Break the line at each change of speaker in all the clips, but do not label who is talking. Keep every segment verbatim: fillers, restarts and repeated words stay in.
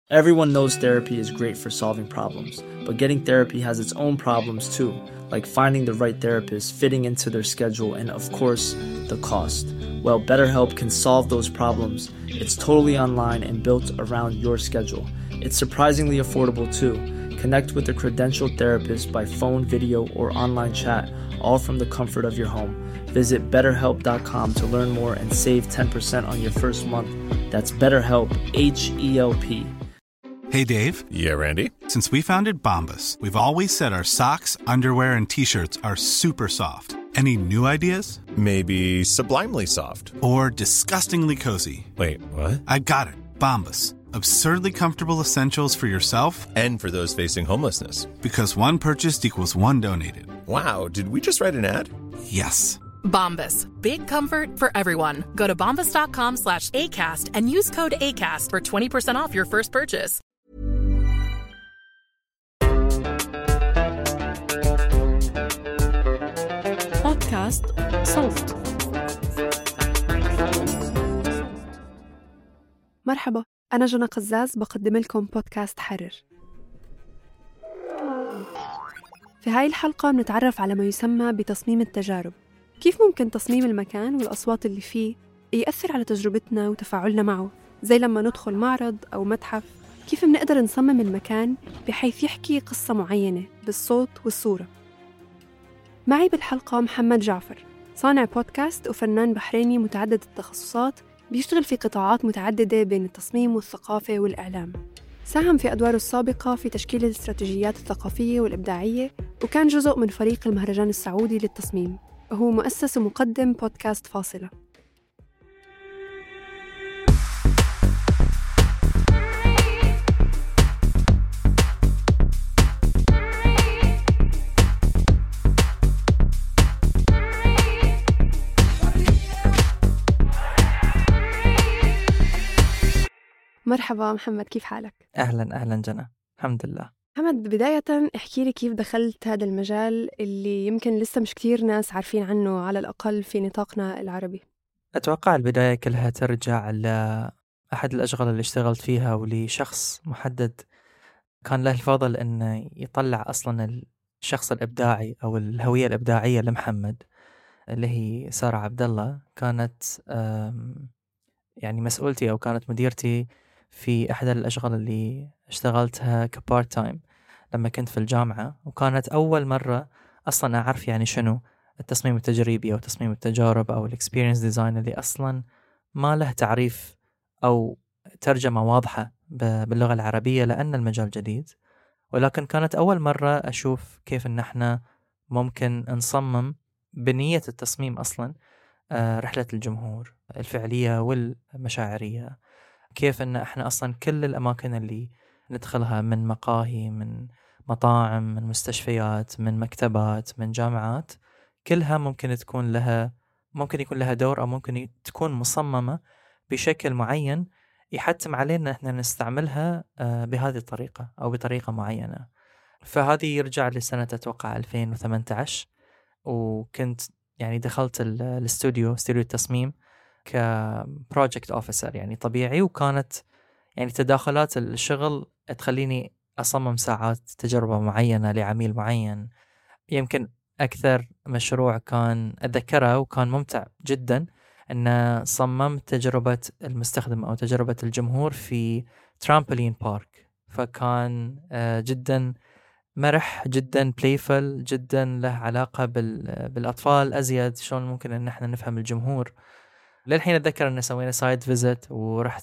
Everyone knows therapy is great for solving problems, but getting therapy has its own problems too, like finding the right therapist, fitting into their schedule, and of course, the cost. Well, BetterHelp can solve those problems. It's totally online and built around your schedule. It's surprisingly affordable too. Connect with a credentialed therapist by phone, video, or online chat, all from the comfort of your home. Visit better help dot com to learn more and save ten percent on your first month. That's BetterHelp, H E L P.
Hey, Dave.
Yeah, Randy.
Since we founded Bombas, we've always said our socks, underwear, and T-shirts are super soft. Any new ideas?
Maybe sublimely soft.
Or disgustingly cozy.
Wait, what?
I got it. Bombas. Absurdly comfortable essentials for yourself
and for those facing homelessness.
Because one purchased equals one donated.
Wow, did we just write an ad?
Yes.
Bombas. Big comfort for everyone. Go to bombas dot com slash ACAST and use code ACAST for twenty percent off your first purchase.
بودكاست صوت. مرحبا، أنا جنى قزاز بقدم لكم بودكاست حرر. في هاي الحلقة بنتعرف على ما يسمى بتصميم التجارب. كيف ممكن تصميم المكان والأصوات اللي فيه يأثر على تجربتنا وتفاعلنا معه، زي لما ندخل معرض أو متحف. كيف بنقدر نصمم المكان بحيث يحكي قصة معينة بالصوت والصورة. معي بالحلقة محمد جعفر، صانع بودكاست وفنان بحريني متعدد التخصصات، بيشتغل في قطاعات متعددة بين التصميم والثقافة والإعلام. ساهم في أدواره السابقة في تشكيل الاستراتيجيات الثقافية والإبداعية، وكان جزء من فريق المهرجان السعودي للتصميم. وهو مؤسس ومقدم بودكاست فاصلة. مرحبا محمد، كيف حالك؟
أهلا أهلا جنى، الحمد لله.
محمد، بداية احكي لي كيف دخلت هذا المجال اللي يمكن لسه مش كتير ناس عارفين عنه، على الأقل في نطاقنا العربي.
أتوقع البداية كلها ترجع لأحد الأشغال اللي اشتغلت فيها ولشخص محدد كان له الفضل أنه يطلع أصلا الشخص الإبداعي أو الهوية الإبداعية لمحمد، اللي هي سارة عبد الله. كانت يعني مسؤولتي أو كانت مديرتي في أحد الأشغال اللي اشتغلتها كبارت تايم لما كنت في الجامعة، وكانت أول مرة أصلا أعرف يعني شنو التصميم التجريبي أو تصميم التجارب أو الإكسبيرينس ديزاين، اللي أصلا ما له تعريف أو ترجمة واضحة باللغة العربية لأن المجال جديد. ولكن كانت أول مرة أشوف كيف إن احنا ممكن نصمم بنية التصميم أصلا رحلة الجمهور الفعلية والمشاعرية. كيف إن إحنا أصلاً كل الأماكن اللي ندخلها، من مقاهي، من مطاعم، من مستشفيات، من مكتبات، من جامعات، كلها ممكن تكون لها ممكن يكون لها دور، أو ممكن تكون مصممة بشكل معين يحتم علينا إحنا نستعملها بهذه الطريقة أو بطريقة معينة. فهذه يرجع لسنة أتوقع ألفين وثمانية عشر، وكنت يعني دخلت الاستوديو استوديو التصميم كبروجكت أوفيسر يعني طبيعي، وكانت يعني تداخلات الشغل تخليني أصمم ساعات تجربة معينة لعميل معين. يمكن أكثر مشروع كان أتذكره وكان ممتع جدا أن صممت تجربة المستخدم أو تجربة الجمهور في ترامبولين بارك، فكان جدا مرح، جدا بلايفل، جدا له علاقة بالأطفال أزيد، شلون ممكن أن احنا نفهم الجمهور. للحين أتذكر أن سوينا سايد فيزيت ورحت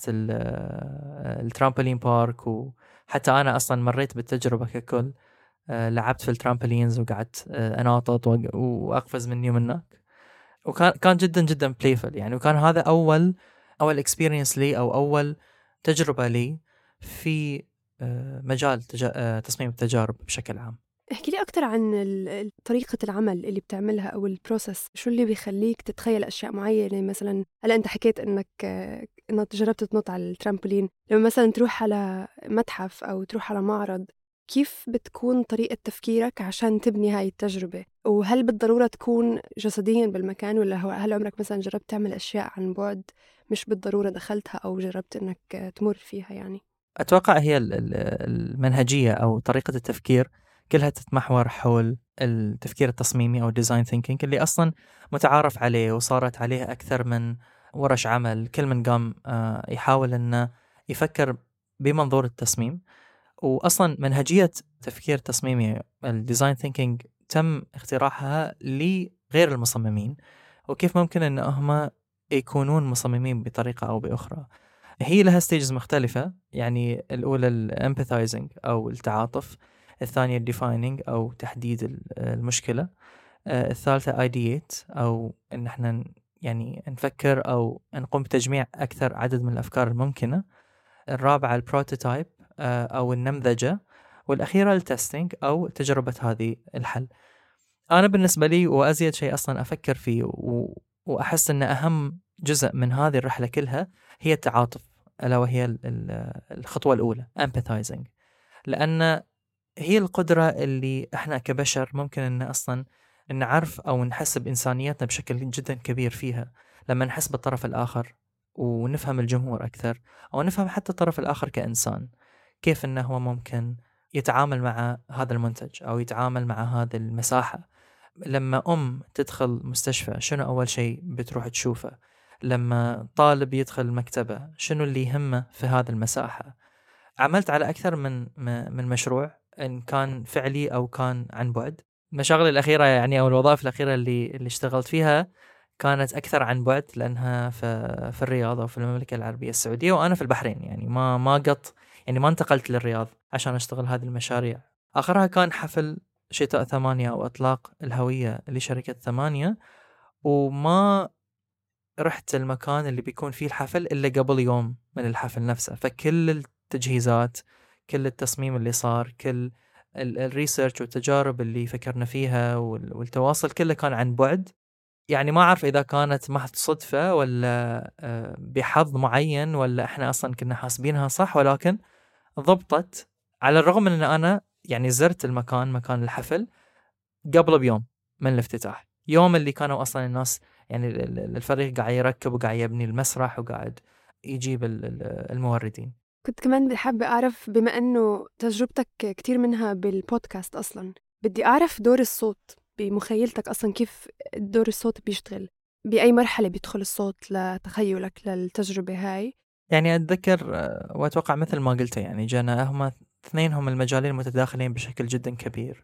الترامبولين بارك، وحتى أنا أصلا مريت بالتجربة ككل. لعبت في الترامبولينز وقعدت أناطط وأقفز مني ومنك، وكان كان جدا جدا بلايفل يعني. وكان هذا أول أول إكسبيرينس لي أو أول تجربة لي في مجال تجا... تصميم التجارب بشكل عام.
احكي لي أكتر عن طريقة العمل اللي بتعملها أو البروسس. شو اللي بيخليك تتخيل أشياء معينة؟ مثلا هلا أنت حكيت إنك إنك جربت تنط على الترامبولين، لما مثلا تروح على متحف أو تروح على معرض، كيف بتكون طريقة تفكيرك عشان تبني هاي التجربة؟ وهل بالضرورة تكون جسديا بالمكان، ولا هل عمرك مثلا جربت تعمل أشياء عن بعد مش بالضرورة دخلتها أو جربت إنك تمر فيها يعني؟
أتوقع هي المنهجية أو طريقة التفكير كلها تتمحور حول التفكير التصميمي أو design thinking اللي أصلا متعارف عليه وصارت عليه أكثر من ورش عمل. كل من قام يحاول أنه يفكر بمنظور التصميم. وأصلا منهجية تفكير تصميمي الديزاين ثينكينج تم اختراعها لغير المصممين، وكيف ممكن أن هم يكونون مصممين بطريقة أو بأخرى. هي لها ستيجز مختلفة، يعني الأولى الامباثايزنج أو التعاطف، الثانية الديفايننج أو تحديد المشكلة، الثالثة ايدييت أو إن احنا يعني نفكر أو نقوم بتجميع أكثر عدد من الأفكار الممكنة، الرابعة البروتوتايب أو النمذجة، والأخيرة التستينج أو تجربة هذه الحل. أنا بالنسبة لي وأزيد شيء أصلا أفكر فيه و... وأحس أن أهم جزء من هذه الرحلة كلها هي التعاطف، ألا وهي الخطوة الأولى empathizing، لأن هي القدرة اللي إحنا كبشر ممكن أن أصلا نعرف أو نحس بإنسانيتنا بشكل جدا كبير فيها لما نحس بالطرف الآخر ونفهم الجمهور أكثر، أو نفهم حتى الطرف الآخر كإنسان، كيف أنه هو ممكن يتعامل مع هذا المنتج أو يتعامل مع هذه المساحة. لما أم تدخل مستشفى شنو أول شيء بتروح تشوفه؟ لما طالب يدخل المكتبة شنو اللي يهمه في هذه المساحة؟ عملت على أكثر من من مشروع، إن كان فعلي أو كان عن بعد. المشاغل الأخيرة يعني أو الوظائف الأخيرة اللي اللي اشتغلت فيها كانت أكثر عن بعد، لأنها في في الرياض أو في المملكة العربية السعودية، وأنا في البحرين، يعني ما ما قط يعني ما انتقلت للرياض عشان أشتغل هذه المشاريع. آخرها كان حفل شتاء ثمانية أو إطلاق الهوية لشركة ثمانية، وما رحت المكان اللي بيكون فيه الحفل إلا قبل يوم من الحفل نفسه. فكل التجهيزات، كل التصميم اللي صار، كل الريسيرش والتجارب اللي فكرنا فيها والتواصل كله كان عن بعد. يعني ما أعرف إذا كانت محض صدفة ولا بحظ معين ولا إحنا أصلا كنا حاسبينها صح، ولكن ضبطت، على الرغم من أن أنا يعني زرت المكان مكان الحفل قبل بيوم من الافتتاح، يوم اللي كانوا أصلا الناس يعني الفريق قاعد يركب وقاعد يبني المسرح وقاعد يجيب الموردين.
كنت كمان بحب أعرف، بما أنه تجربتك كتير منها بالبودكاست أصلا، بدي أعرف دور الصوت بمخيلتك أصلا، كيف دور الصوت بيشتغل، بأي مرحلة بيدخل الصوت لتخيلك للتجربة هاي؟
يعني أتذكر وأتوقع مثل ما قلت، يعني جانا هما اثنين هم المجالين متداخلين بشكل جدا كبير،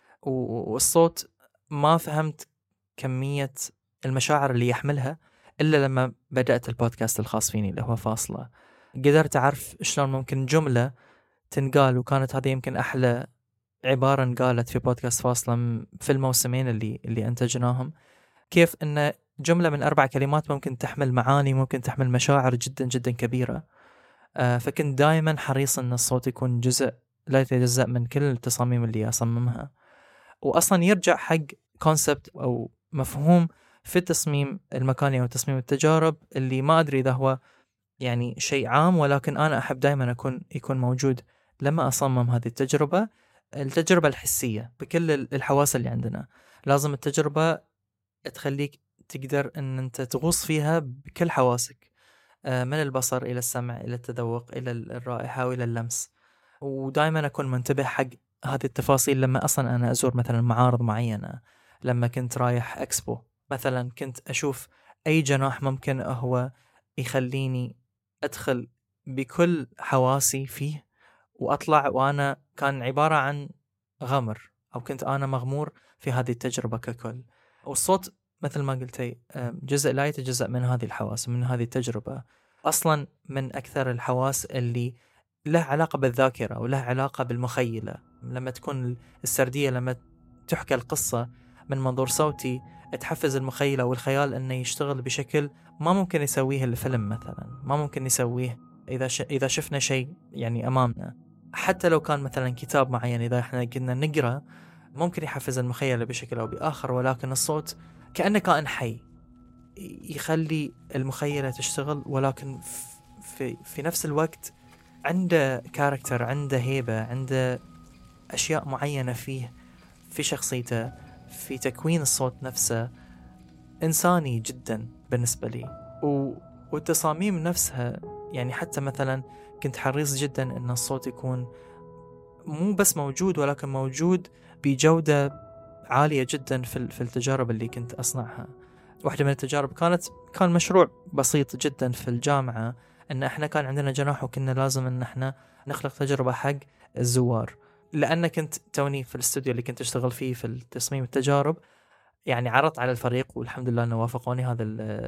والصوت ما فهمت كمية المشاعر اللي يحملها إلا لما بدأت البودكاست الخاص فيني اللي هو فاصلة. قدرت أعرف شلون ممكن جملة تنقال، وكانت هذه يمكن أحلى عبارة انقالت في بودكاست فاصلة في الموسمين اللي اللي أنتجناهم، كيف أن جملة من أربع كلمات ممكن تحمل معاني، ممكن تحمل مشاعر جدا جدا كبيرة. آه فكنت دائما حريص أن الصوت يكون جزء لا يتجزأ من كل التصاميم اللي أصممها، وأصلا يرجع حق كونسبت أو مفهوم في التصميم المكاني أو تصميم التجارب، اللي ما أدري إذا هو يعني شيء عام، ولكن أنا أحب دائما أكون يكون موجود لما أصمم هذه التجربة. التجربة الحسية بكل الحواس اللي عندنا، لازم التجربة تخليك تقدر أن أنت تغوص فيها بكل حواسك، من البصر إلى السمع إلى التذوق إلى الرائحة وإلى اللمس. ودائما أكون منتبه حق هذه التفاصيل لما أصلا أنا أزور مثلا معارض معينة، لما كنت رايح أكسبو مثلا، كنت أشوف أي جناح ممكن هو يخليني أدخل بكل حواسي فيه وأطلع وأنا كان عبارة عن غمر، أو كنت أنا مغمور في هذه التجربة ككل. والصوت مثل ما قلتي جزء لا يتجزأ من هذه الحواس، من هذه التجربة، أصلا من أكثر الحواس اللي له علاقة بالذاكرة وله علاقة بالمخيلة. لما تكون السردية لما تحكي القصة من منظور صوتي تحفز المخيلة والخيال أنه يشتغل بشكل ما ممكن يسويه الفيلم مثلا، ما ممكن يسويه إذا ش... إذا شفنا شيء يعني أمامنا. حتى لو كان مثلا كتاب معين إذا إحنا قلنا نقرأ ممكن يحفز المخيلة بشكل أو بآخر، ولكن الصوت كأنه كائن حي يخلي المخيلة تشتغل، ولكن في في نفس الوقت عنده كاركتر، عنده هيبة، عنده أشياء معينة فيه، في شخصيته، في تكوين الصوت نفسه، إنساني جدا بالنسبة لي. و... والتصاميم نفسها يعني حتى مثلا كنت حريص جدا أن الصوت يكون مو بس موجود ولكن موجود بجودة عالية جدا في في التجارب اللي كنت أصنعها. واحدة من التجارب كانت كان مشروع بسيط جدا في الجامعة، أن إحنا كان عندنا جناح وكنا لازم أن إحنا نخلق تجربة حق الزوار. لأن كنت توني في الاستوديو اللي كنت أشتغل فيه في التصميم التجارب، يعني عرضت على الفريق والحمد لله أنه وافقوني هذا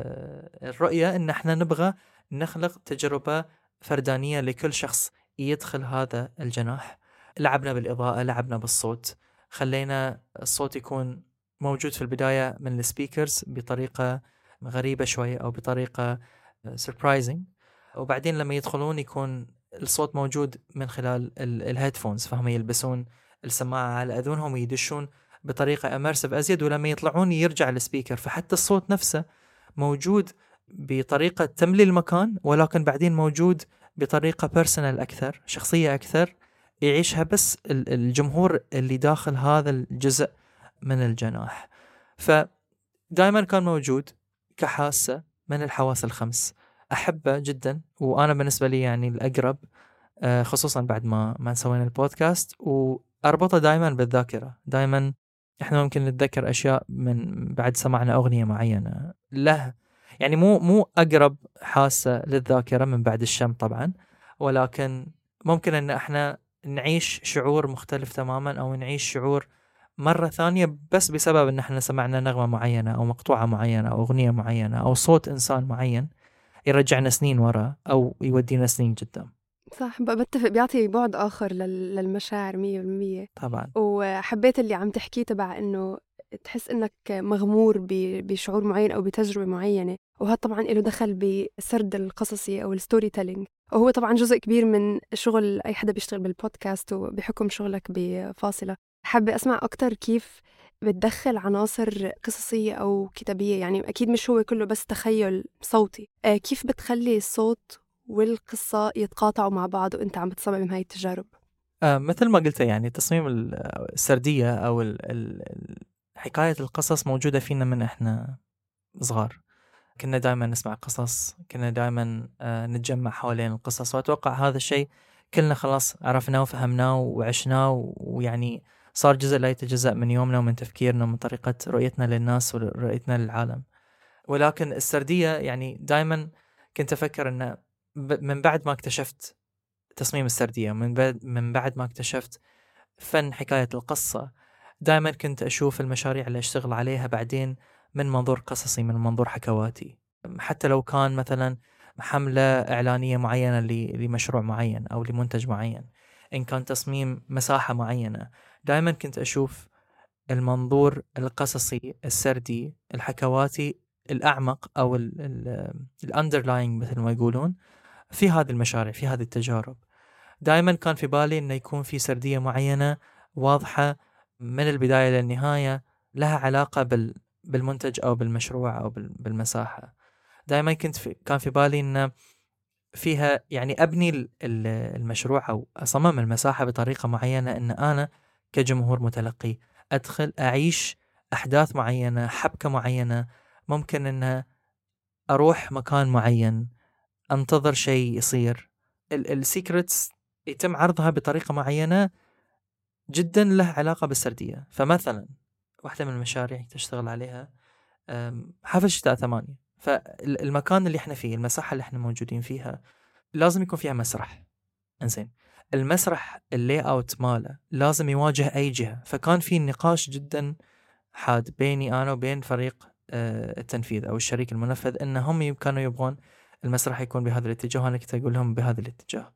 الرؤية، أن إحنا نبغى نخلق تجربة فردانية لكل شخص يدخل هذا الجناح. لعبنا بالإضاءة، لعبنا بالصوت، خلينا الصوت يكون موجود في البداية من السبيكرز بطريقة غريبة شوية أو بطريقة surprising، وبعدين لما يدخلون يكون الصوت موجود من خلال الهيدفونز، فهم يلبسون السماعة على أذنهم ويدشون بطريقة immersive أزيد، ولما يطلعون يرجع السبيكر، فحتى الصوت نفسه موجود بطريقة تملي المكان، ولكن بعدين موجود بطريقة بيرسونال أكثر، شخصية أكثر يعيشها بس الجمهور اللي داخل هذا الجزء من الجناح. فدائما كان موجود كحاسة من الحواس الخمس، أحبه جدا، وأنا بالنسبة لي يعني الأقرب، خصوصا بعد ما ما سوينا البودكاست، وأربطه دائما بالذاكرة. دائما إحنا ممكن نتذكر أشياء من بعد سمعنا أغنية معينة له، يعني مو مو أقرب حاسة للذاكرة من بعد الشم طبعا، ولكن ممكن أن إحنا نعيش شعور مختلف تماما، أو نعيش شعور مرة ثانية بس بسبب أن احنا سمعنا نغمة معينة أو مقطوعة معينة أو أغنية معينة أو صوت إنسان معين يرجعنا سنين وراء أو يودينا سنين قدام.
صح، بتفق، بيعطي بعد آخر للمشاعر مية بالمية
طبعا.
وحبيت اللي عم تحكيه تبع إنه تحس إنك مغمور بشعور معين أو بتجربة معينة، وهذا طبعا له دخل بسرد القصصي أو الستوري تيلينج، وهو طبعا جزء كبير من شغل أي حدا بيشتغل بالبودكاست وبحكم شغلك بفاصلة. حابة أسمع أكتر كيف بتدخل عناصر قصصية أو كتابية، يعني أكيد مش هو كله بس تخيل صوتي، آه كيف بتخلي الصوت والقصة يتقاطعوا مع بعض وإنت عم بتصمم هاي التجارب؟
آه مثل ما قلت، يعني تصميم السردية أو ال ال حكاية القصص موجودة فينا من إحنا صغار. كنا دائما نسمع قصص، كنا دائما آه نتجمع حوالين القصص، وأتوقع هذا الشيء كلنا خلاص عرفناه وفهمناه وعشناه، ويعني صار جزء لا يتجزأ من يومنا ومن تفكيرنا ومن طريقة رؤيتنا للناس ورؤيتنا للعالم. ولكن السردية يعني دائما كنت أفكر أن من بعد ما اكتشفت تصميم السردية، من بعد من بعد ما اكتشفت فن حكاية القصة، دائما كنت أشوف المشاريع اللي أشتغل عليها بعدين من منظور قصصي، من منظور حكواتي. حتى لو كان مثلا حملة إعلانية معينة لمشروع معين أو لمنتج معين، إن كان تصميم مساحة معينة، دائما كنت أشوف المنظور القصصي السردي الحكواتي الأعمق أو الأندرلاينج مثل ما يقولون في هذه المشاريع، في هذه التجارب. دائما كان في بالي أنه يكون في سردية معينة واضحة من البداية للنهاية لها علاقة بال بالمنتج أو بالمشروع أو بالمساحة. دائما كنت في كان في بالي أن فيها يعني أبني المشروع أو أصمم المساحة بطريقة معينة أن أنا كجمهور متلقي أدخل أعيش أحداث معينة، حبكة معينة، ممكن أن أروح مكان معين، أنتظر شيء يصير. السيكريتس يتم عرضها بطريقة معينة جدا لها علاقة بالسردية. فمثلا واحدة من المشاريع تشتغل عليها حفل شتاء ثمانية، فالمكان اللي احنا فيه، المساحة اللي احنا موجودين فيها، لازم يكون فيها مسرح. انزين، المسرح اللي اوت ماله لازم يواجه اي جهة، فكان في نقاش جدا حاد بيني انا وبين فريق التنفيذ او الشريك المنفذ، انهم كانوا يبغون المسرح يكون بهذا الاتجاه، وانا كنت اقول لهم بهذا الاتجاه.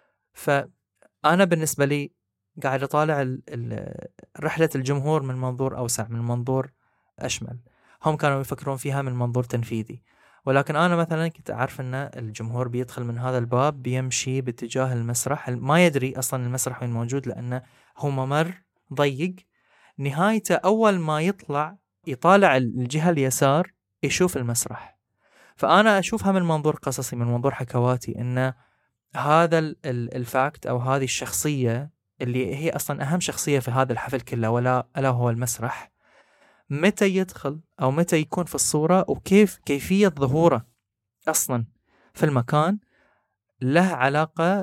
فانا بالنسبة لي قاعد اطالع رحلة الجمهور من منظور اوسع، من منظور اشمل. هم كانوا يفكرون فيها من منظور تنفيذي، ولكن أنا مثلا كنت أعرف أن الجمهور بيدخل من هذا الباب بيمشي باتجاه المسرح، ما يدري أصلا المسرح وين موجود، لأنه هو ممر ضيق، نهايته أول ما يطلع يطالع الجهة اليسار يشوف المسرح. فأنا أشوفها من منظور قصصي، من منظور حكواتي، أن هذا الفاكت أو هذه الشخصية اللي هي أصلا أهم شخصية في هذا الحفل كله، ولا ألا هو المسرح، متى يدخل أو متى يكون في الصورة وكيف كيفية ظهوره أصلا في المكان له علاقة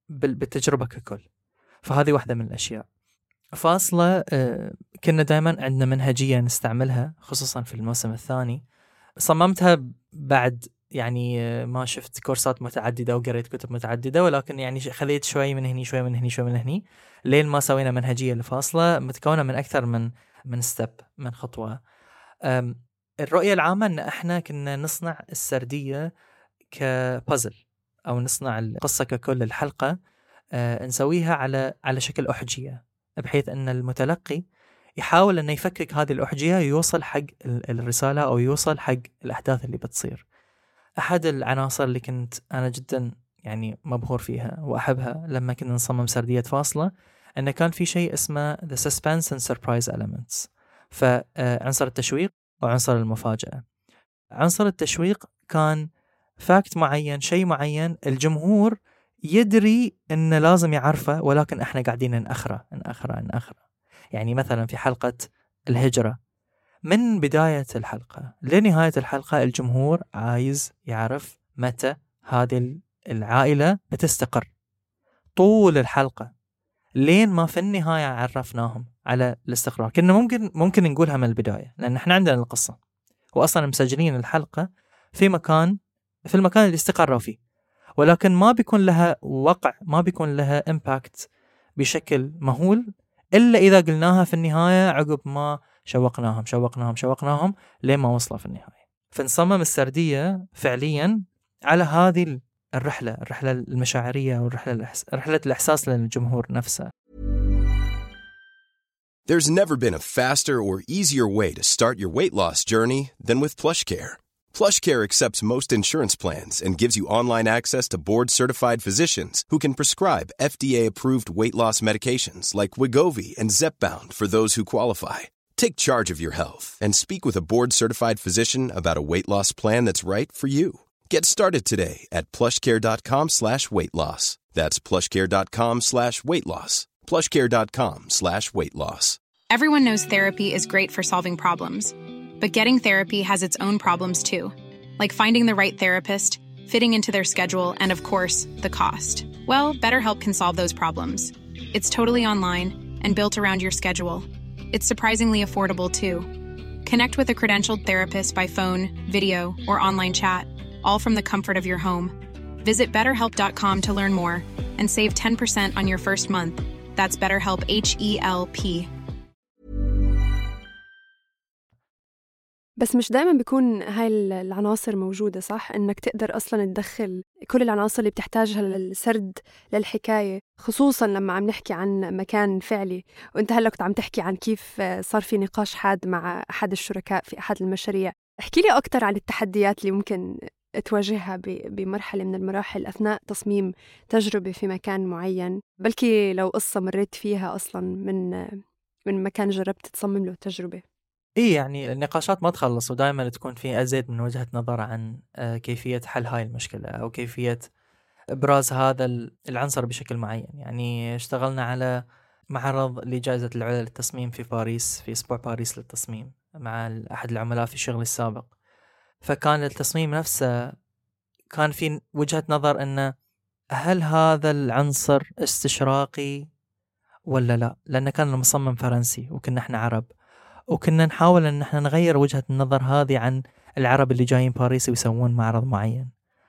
بالتجربة ككل. فهذه واحدة من الأشياء. فاصلة كنا دائما عندنا منهجية نستعملها خصوصا في الموسم الثاني، صممتها بعد يعني ما شفت كورسات متعددة وقريت كتب متعددة، ولكن يعني خذيت شوي من هني شوي من هني شوي من هني لين ما سوينا منهجية لفاصلة متكونة من أكثر من من ستيب، من خطوة. الرؤية العامة أن احنا كنا نصنع السردية كبازل، أو نصنع القصة ككل الحلقة نسويها على على شكل أحجية، بحيث أن المتلقي يحاول أنه يفكك هذه الأحجية يوصل حق الرسالة أو يوصل حق الأحداث اللي بتصير. أحد العناصر اللي كنت أنا جدا يعني مبهور فيها وأحبها لما كنا نصمم سردية فاصلة أنه كان في شيء اسمه the suspense and surprise elements. فعنصر التشويق وعنصر المفاجأة. عنصر التشويق كان فاكت معين، شيء معين الجمهور يدري أنه لازم يعرفه، ولكن إحنا قاعدين نأخره نأخره نأخره. يعني مثلا في حلقة الهجرة، من بداية الحلقة لنهاية الحلقة الجمهور عايز يعرف متى هذه العائلة بتستقر. طول الحلقة لين ما في النهاية عرفناهم على الاستقرار. كنا ممكن ممكن نقولها من البداية، لأن إحنا عندنا القصة وأصلا مسجلين الحلقة في مكان في المكان اللي استقروا فيه، ولكن ما بيكون لها وقع، ما بيكون لها إمباكت بشكل مهول إلا إذا قلناها في النهاية عقب ما شوقناهم شوقناهم شوقناهم لين ما وصلوا في النهاية. فنصمم السردية فعليا على هذه الرحلة الرحلة المشاعرية والرحلة رحلة الإحساس للجمهور نفسه.
There's never been a faster or easier way to start your weight loss journey than with PlushCare. PlushCare accepts most insurance plans and gives you online access to board-certified physicians who can prescribe F D A-approved weight loss medications like Wegovy and Zepbound for those who qualify. Take charge of your health and speak with a board-certified physician about a weight loss plan that's right for you. Get started today at plushcare.com slash weight loss. That's plushcare.com slash weight loss. plushcare.com slash weight loss.
Everyone knows therapy is great for solving problems, but getting therapy has its own problems too, like finding the right therapist, fitting into their schedule, and of course, the cost. Well, BetterHelp can solve those problems. It's totally online and built around your schedule. It's surprisingly affordable too. Connect with a credentialed therapist by phone, video, or online chat, all from the comfort of your home. Visit better help dot com to learn more and save ten percent on your first month. That's BetterHelp, H E L P.
بس مش دائما بيكون هاي العناصر موجودة، صح؟ إنك تقدر أصلا تدخل كل العناصر اللي بتحتاجها للسرد للحكاية، خصوصا لما عم نحكي عن مكان فعلي. وإنت هلأ كنت عم تحكي عن كيف صار في نقاش حاد مع أحد الشركاء في أحد المشاريع. احكي لي أكتر عن التحديات اللي ممكن تواجهها بمرحلة من المراحل أثناء تصميم تجربة في مكان معين، بلكي لو قصة مريت فيها أصلا من من مكان جربت تصمم له تجربة.
إيه يعني النقاشات ما تخلص، ودائما تكون في أزيد من وجهة نظر عن كيفية حل هاي المشكلة أو كيفية إبراز هذا العنصر بشكل معين. يعني اشتغلنا على معرض لجائزة العلا للتصميم في باريس، في أسبوع باريس للتصميم، مع أحد العملاء في شغلي السابق. فكان التصميم نفسه كان في وجهة نظر أنه هل هذا العنصر استشراقي ولا لا، لأنه كان المصمم فرنسي وكنا احنا عرب، وكنا نحاول أن احنا نغير وجهة النظر هذه عن العرب اللي جايين باريس ويسوون معرض معين.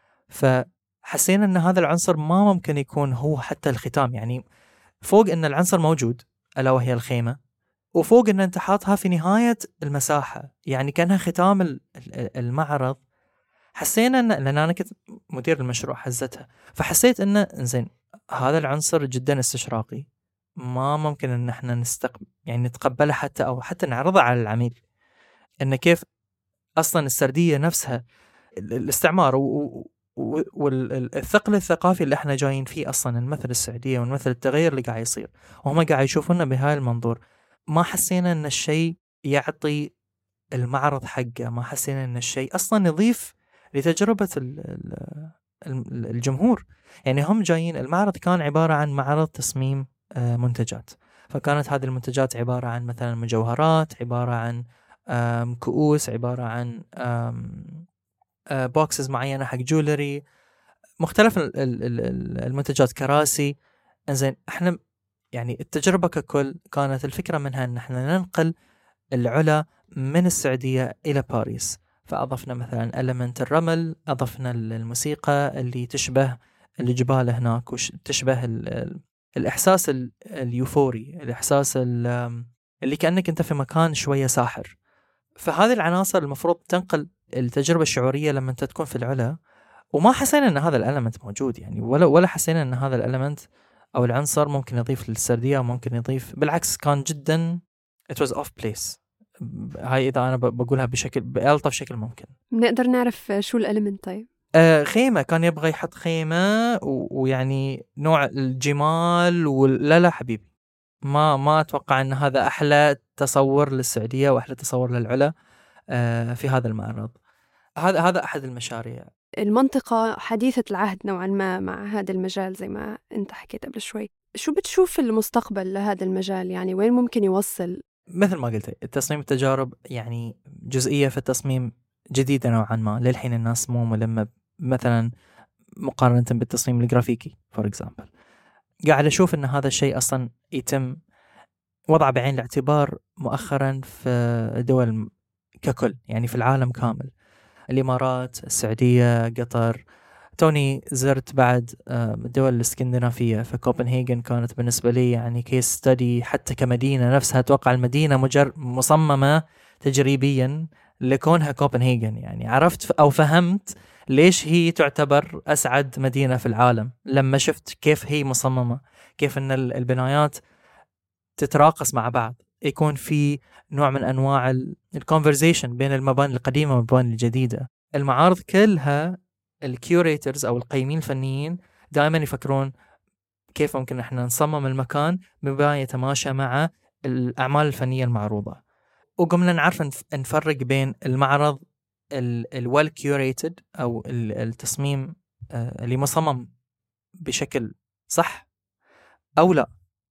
فحسينا أن هذا العنصر ما ممكن يكون هو حتى الختام. يعني فوق أن العنصر موجود ألا وهي الخيمة، وفوق أن أنت حاطها في نهاية المساحة، يعني كأنها ختام المعرض. حسينا أن، لأن أنا كنت مدير المشروع حزتها، فحسيت أن زين هذا العنصر جدا استشراقي، ما ممكن أن احنا نستقبل يعني نتقبله حتى أو حتى نعرضه على العميل. أن كيف أصلا السردية نفسها الاستعمار والثقل الثقافي اللي احنا جايين فيه أصلا، نمثل السعودية ونمثل التغير اللي قاعد يصير، وهم قاعد يشوفونا بهاي المنظور. ما حسينا أن الشيء يعطي المعرض حقه، ما حسينا أن الشيء أصلا يضيف لتجربة الجمهور. يعني هم جايين، المعرض كان عبارة عن معرض تصميم منتجات، فكانت هذه المنتجات عبارة عن مثلا مجوهرات، عبارة عن كؤوس، عبارة عن بوكسز معينة حق جولري، مختلف المنتجات كراسي. إنزين إحنا يعني التجربة ككل كانت الفكرة منها إن إحنا ننقل العلا من السعودية إلى باريس، فأضفنا مثلا إلمنت الرمل، أضفنا الموسيقى اللي تشبه الجبال هناك وتشبه الإحساس اليوفوري، الإحساس اللي كأنك أنت في مكان شوية ساحر. فهذه العناصر المفروض تنقل التجربة الشعورية لما أنت تكون في العلا. وما حسينا أن هذا الإلمنت موجود يعني، ولا ولا حسينا أن هذا الإلمنت أو العنصر ممكن يضيف للسردية، وممكن يضيف بالعكس كان جدا it was off place. هاي إذا أنا بقولها بشكل بألطف شكل ممكن.
بنقدر نعرف شو الإلمنت طيب؟
آه خيمة، كان يبغى يحط خيمة ويعني نوع الجمال ولا لا حبيبي، ما ما أتوقع أن هذا أحلى تصور للسعودية وأحلى تصور للعلا آه في هذا المعرض. هذا هذا أحد المشاريع.
المنطقة حديثة العهد نوعا ما مع هذا المجال زي ما أنت حكيت قبل شوي. شو بتشوف المستقبل لهذا المجال؟ يعني وين ممكن يوصل؟
مثل ما قلت التصميم التجارب يعني جزئية في التصميم جديدة نوعا ما، للحين الناس مو ملمة مثلا مقارنة بالتصميم الجرافيكي فور إكزامبل. قاعد أشوف أن هذا الشيء أصلا يتم وضع بعين الاعتبار مؤخرا في الدول ككل، يعني في العالم كامل، الإمارات، السعودية، قطر. توني زرت بعد الدول الاسكندنافية، فكوبنهاجن كانت بالنسبة لي يعني كيس ستادي حتى كمدينة نفسها. أتوقع المدينة مجر مصممة تجريبيا لكونها كوبنهاجن، يعني عرفت أو فهمت ليش هي تعتبر أسعد مدينة في العالم لما شفت كيف هي مصممة، كيف أن البنايات تتراقص مع بعض، يكون في نوع من أنواع الكونفرزيشن بين المباني القديمة والمباني الجديدة. المعارض كلها الكيوريترز أو القيمين الفنيين دائما يفكرون كيف ممكن احنا نصمم المكان بما يتماشى مع الأعمال الفنية المعروضة. وقمنا نعرف نفرق بين المعرض الويل كيوريتد أو التصميم اللي مصمم بشكل صح أو لا،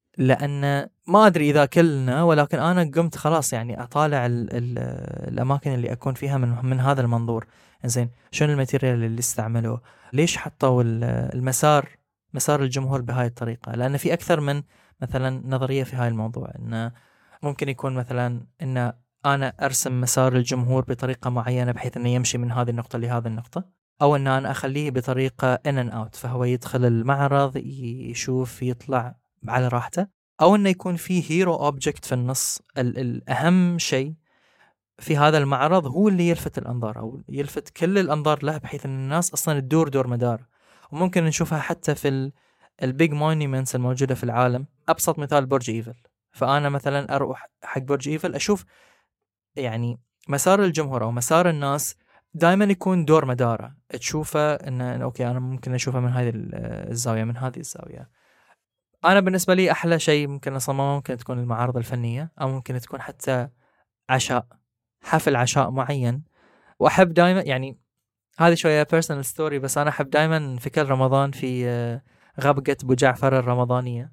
لأن ما أدري إذا كلنا، ولكن أنا قمت خلاص يعني أطالع ال ال الأماكن اللي أكون فيها من من هذا المنظور. إنزين شنو الماتيريال اللي استعملوه، ليش حطوا المسار مسار الجمهور بهاي الطريقة، لأن في أكثر من مثلا نظرية في هاي الموضوع. إنه ممكن يكون مثلا إن أنا أرسم مسار الجمهور بطريقة معينة بحيث إنه يمشي من هذه النقطة لهذه النقطة، أو إن أنا أخليه بطريقة in and out، فهو يدخل المعرض يشوف يطلع على راحته، أو إنه يكون فيه هيرو أوبجكت في النص. الأهم شيء في هذا المعرض هو اللي يلفت الأنظار أو يلفت كل الأنظار له، بحيث أن الناس أصلا تدور دور مدار. وممكن نشوفها حتى في البيج مونيمنتس الموجودة في العالم. أبسط مثال برج إيفل، فأنا مثلا أروح حق برج إيفل أشوف يعني مسار الجمهور أو مسار الناس دائما يكون دور مداره، تشوفه إن أوكي أنا ممكن أشوفها من هذه الزاوية من هذه الزاوية. أنا بالنسبة لي أحلى شيء ممكن أصممه ممكن تكون المعارض الفنية، أو ممكن تكون حتى عشاء، حفل عشاء معين. وأحب دائما يعني هذه شوية personal story، بس أنا أحب دائما في كل رمضان في غبقة أبو جعفر الرمضانية،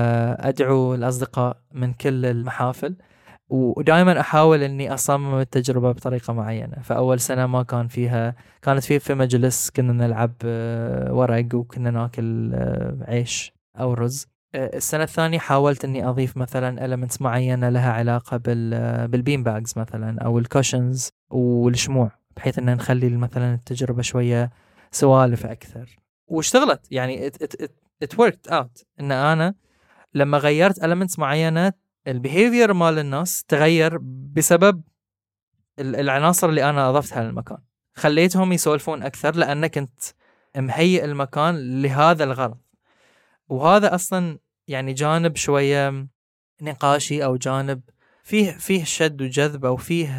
فأدعو الأصدقاء من كل المحافل، ودائما أحاول أني أصمم التجربة بطريقة معينة. فأول سنة ما كان فيها، كانت فيه في مجلس كنا نلعب ورق وكنا ناكل عيش أو رز. السنة الثانية حاولت أني أضيف مثلا elements معينة لها علاقة بالبين باجز مثلا أو الكوشنز والشموع، بحيث أن نخلي مثلا التجربة شوية سوالف أكثر. واشتغلت يعني it, it, it, it worked out. أن أنا لما غيرت elements معينة البيهيفير مال الناس تغير بسبب العناصر اللي أنا أضفتها للمكان، خليتهم يسولفون أكثر لأن كنت مهيئ المكان لهذا الغرض. وهذا أصلا يعني جانب شوية نقاشي أو جانب فيه فيه شد وجذب أو فيه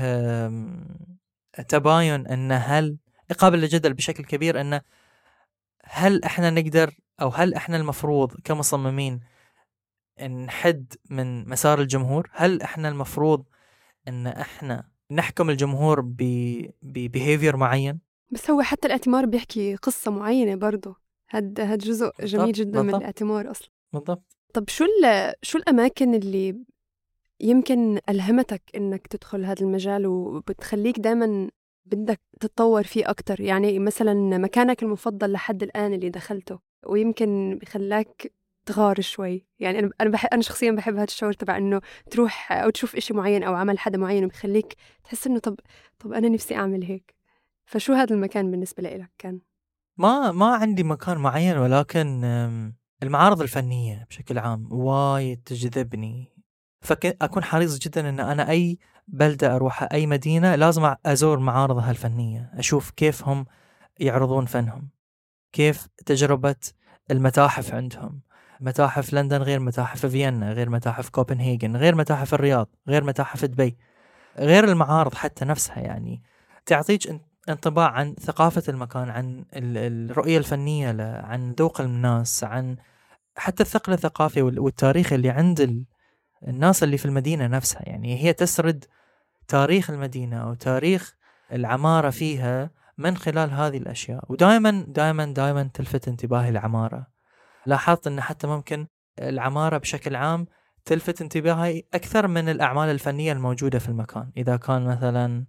تباين، أن هل قابل للجدل بشكل كبير، أن هل إحنا نقدر أو هل إحنا المفروض كمصممين نحد من مسار الجمهور؟ هل إحنا المفروض أن إحنا نحكم الجمهور ببيهيفير معين؟
بس هو حتى الاعتمار بيحكي قصة معينة برضو، هاد هاد جزء جميل جدا بالضبط. من الاعتمار أصلا.
بالضبط.
طب شو شو الأماكن اللي يمكن ألهمتك إنك تدخل هذا المجال وبتخليك دائما بدك تتطور فيه أكتر؟ يعني مثلا مكانك المفضل لحد الآن اللي دخلته ويمكن خلاك تغار شوي. يعني أنا أنا بحب أنا شخصيا بحب هذا الشعور تبع إنه تروح أو تشوف إشي معين أو عمل حدا معين وبيخليك تحس إنه طب طب أنا نفسي أعمل هيك. فشو هذا المكان بالنسبة لك كان؟
ما ما عندي مكان معين، ولكن المعارض الفنية بشكل عام وايد تجذبني. فأكون حريص جدا أن أنا أي بلدة أروح أي مدينة لازم أزور معارضها الفنية، أشوف كيف هم يعرضون فنهم، كيف تجربة المتاحف عندهم. متاحف لندن غير متاحف فيينا، غير متاحف كوبنهاجن، غير متاحف الرياض، غير متاحف دبي، غير المعارض حتى نفسها. يعني تعطيك انطباع عن ثقافة المكان، عن الرؤية الفنية له، عن ذوق الناس، عن حتى الثقل الثقافي والتاريخ اللي عند الناس اللي في المدينة نفسها. يعني هي تسرد تاريخ المدينة أو تاريخ العمارة فيها من خلال هذه الأشياء. ودائما دائما دائما تلفت انتباهي العمارة. لاحظت أن حتى ممكن العمارة بشكل عام تلفت انتباهي أكثر من الأعمال الفنية الموجودة في المكان. إذا كان مثلا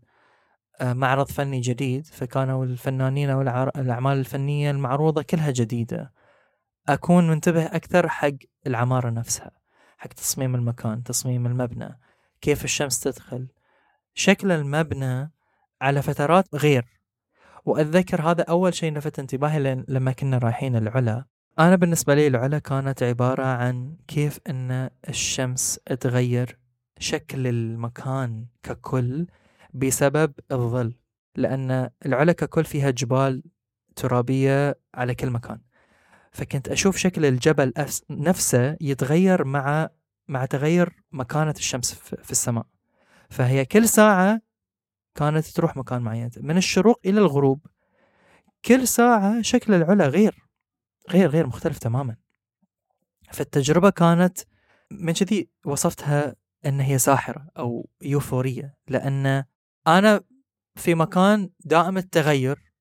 معرض فني جديد فكانوا الفنانين أو الأعمال الفنية المعروضة كلها جديدة، أكون منتبه أكثر حق العمارة نفسها، حق تصميم المكان، تصميم المبنى، كيف الشمس تدخل، شكل المبنى على فترات غير. وأتذكر هذا أول شيء لفت انتباهي لما كنا رايحين العلا. أنا بالنسبة لي العلا كانت عبارة عن كيف أن الشمس تغير شكل المكان ككل بسبب الظل، لأن العلا ككل فيها جبال ترابية على كل مكان. فكنت أشوف شكل الجبل نفسه يتغير مع مع تغير مكانة الشمس في السماء. فهي كل ساعة كانت تروح مكان معين، من الشروق إلى الغروب كل ساعة شكل العلا غير غير غير مختلف تماما. فالتجربة كانت من كذي وصفتها أن هي ساحرة أو يوفورية، لأن أنا في مكان دائم التغير،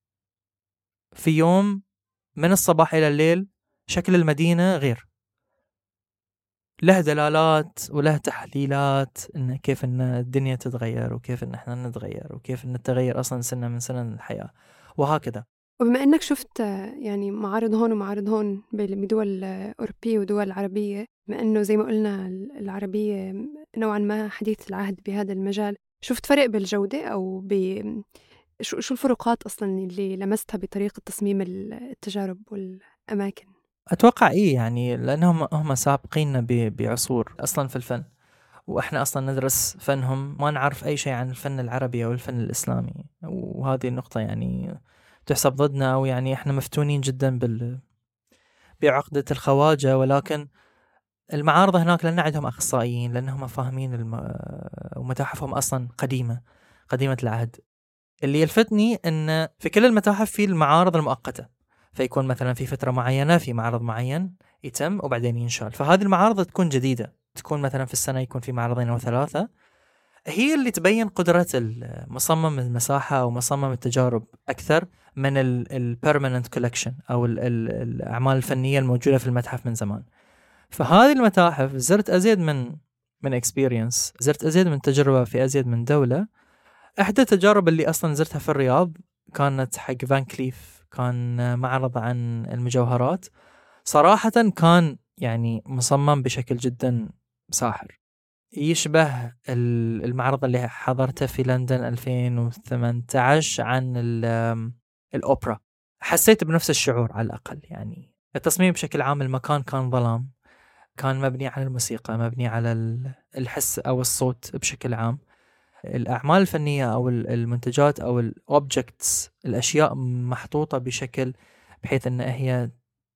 في يوم من الصباح إلى الليل شكل المدينة غير، له دلالات وله تحليلات إن كيف إن الدنيا تتغير وكيف إن إحنا نتغير وكيف إن التغير أصلا سنة من سنة الحياة وهكذا.
وبما أنك شفت يعني معارض هون ومعارض هون بدول أوروبية ودول عربية، بما أنه زي ما قلنا العربية نوعا ما حديث العهد بهذا المجال، شفت فرق بالجودة أو ب شو شو الفروقات أصلا اللي لمستها بطريقة تصميم التجارب والأماكن؟
أتوقع إيه، يعني لأنهم هم سابقين بعصور أصلا في الفن، وإحنا أصلا ندرس فنهم ما نعرف أي شيء عن الفن العربي أو الفن الإسلامي. وهذه النقطة يعني تحسب ضدنا، أو يعني إحنا مفتونين جدا بال بعقدة الخواجة. ولكن المعارض هناك لأن عندهم أخصائيين، لأنهم فاهمين الم... ومتاحفهم أصلا قديمة قديمة العهد. اللي يلفتني أن في كل المتاحف في المعارض المؤقتة، فيكون مثلا في فترة معينة في معرض معين يتم وبعدين ينشال. فهذه المعارض تكون جديدة، تكون مثلا في السنة يكون في معرضين أو ثلاثة، هي اللي تبين قدرة المصمم المساحة أو مصمم التجارب أكثر من ال permanent collection أو ال ال الأعمال الفنية الموجودة في المتحف من زمان. فهذه المتاحف زرت أزيد من من experience، زرت أزيد من تجربة في أزيد من دولة. إحدى التجارب اللي أصلا زرتها في الرياض كانت حق فان كليف، كان معرض عن المجوهرات. صراحة كان يعني مصمم بشكل جدا ساحر، يشبه المعرض اللي حضرته في لندن ألفين وثمانية عشر عن الأوبرا. حسيت بنفس الشعور على الأقل. يعني التصميم بشكل عام، المكان كان ظلام، كان مبني على الموسيقى، مبني على الحس أو الصوت بشكل عام. الأعمال الفنية أو المنتجات أو الأوبجكتس، الأشياء محطوطة بشكل بحيث أن هي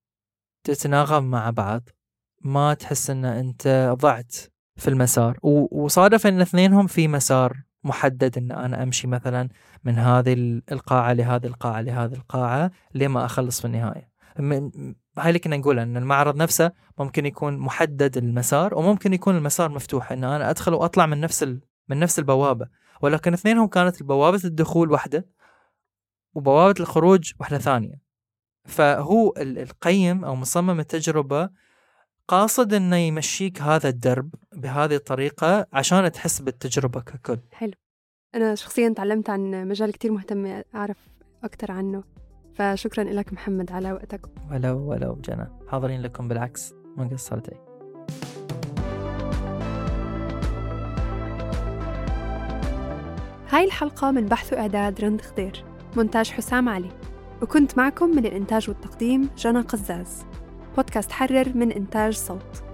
تتناغم مع بعض، ما تحس أن أنت ضعت في المسار. وصادف أن اثنينهم في مسار محدد، أن أنا أمشي مثلا من هذه القاعة لهذه القاعة لهذه القاعة لما أخلص في النهاية. هاي اللي كنا نقول أن المعرض نفسه ممكن يكون محدد المسار، وممكن يكون المسار مفتوح أن أنا أدخل وأطلع من نفس ال من نفس البوابة. ولكن اثنينهم كانت البوابة الدخول واحدة وبوابة الخروج واحدة ثانية. فهو القيم أو مصمم التجربة قاصد أنه يمشيك هذا الدرب بهذه الطريقة عشان تحس بالتجربة ككل.
حلو. أنا شخصياً تعلمت عن مجال كتير مهتمة أعرف أكتر عنه، فشكراً لك محمد على وقتك.
ولو ولو جنى، حاضرين لكم بالعكس، ما قصرتي.
هاي الحلقة من بحث وإعداد رند خضير، مونتاج حسام علي، وكنت معكم من الإنتاج والتقديم جنى قزاز. بودكاست حرر من إنتاج صوت.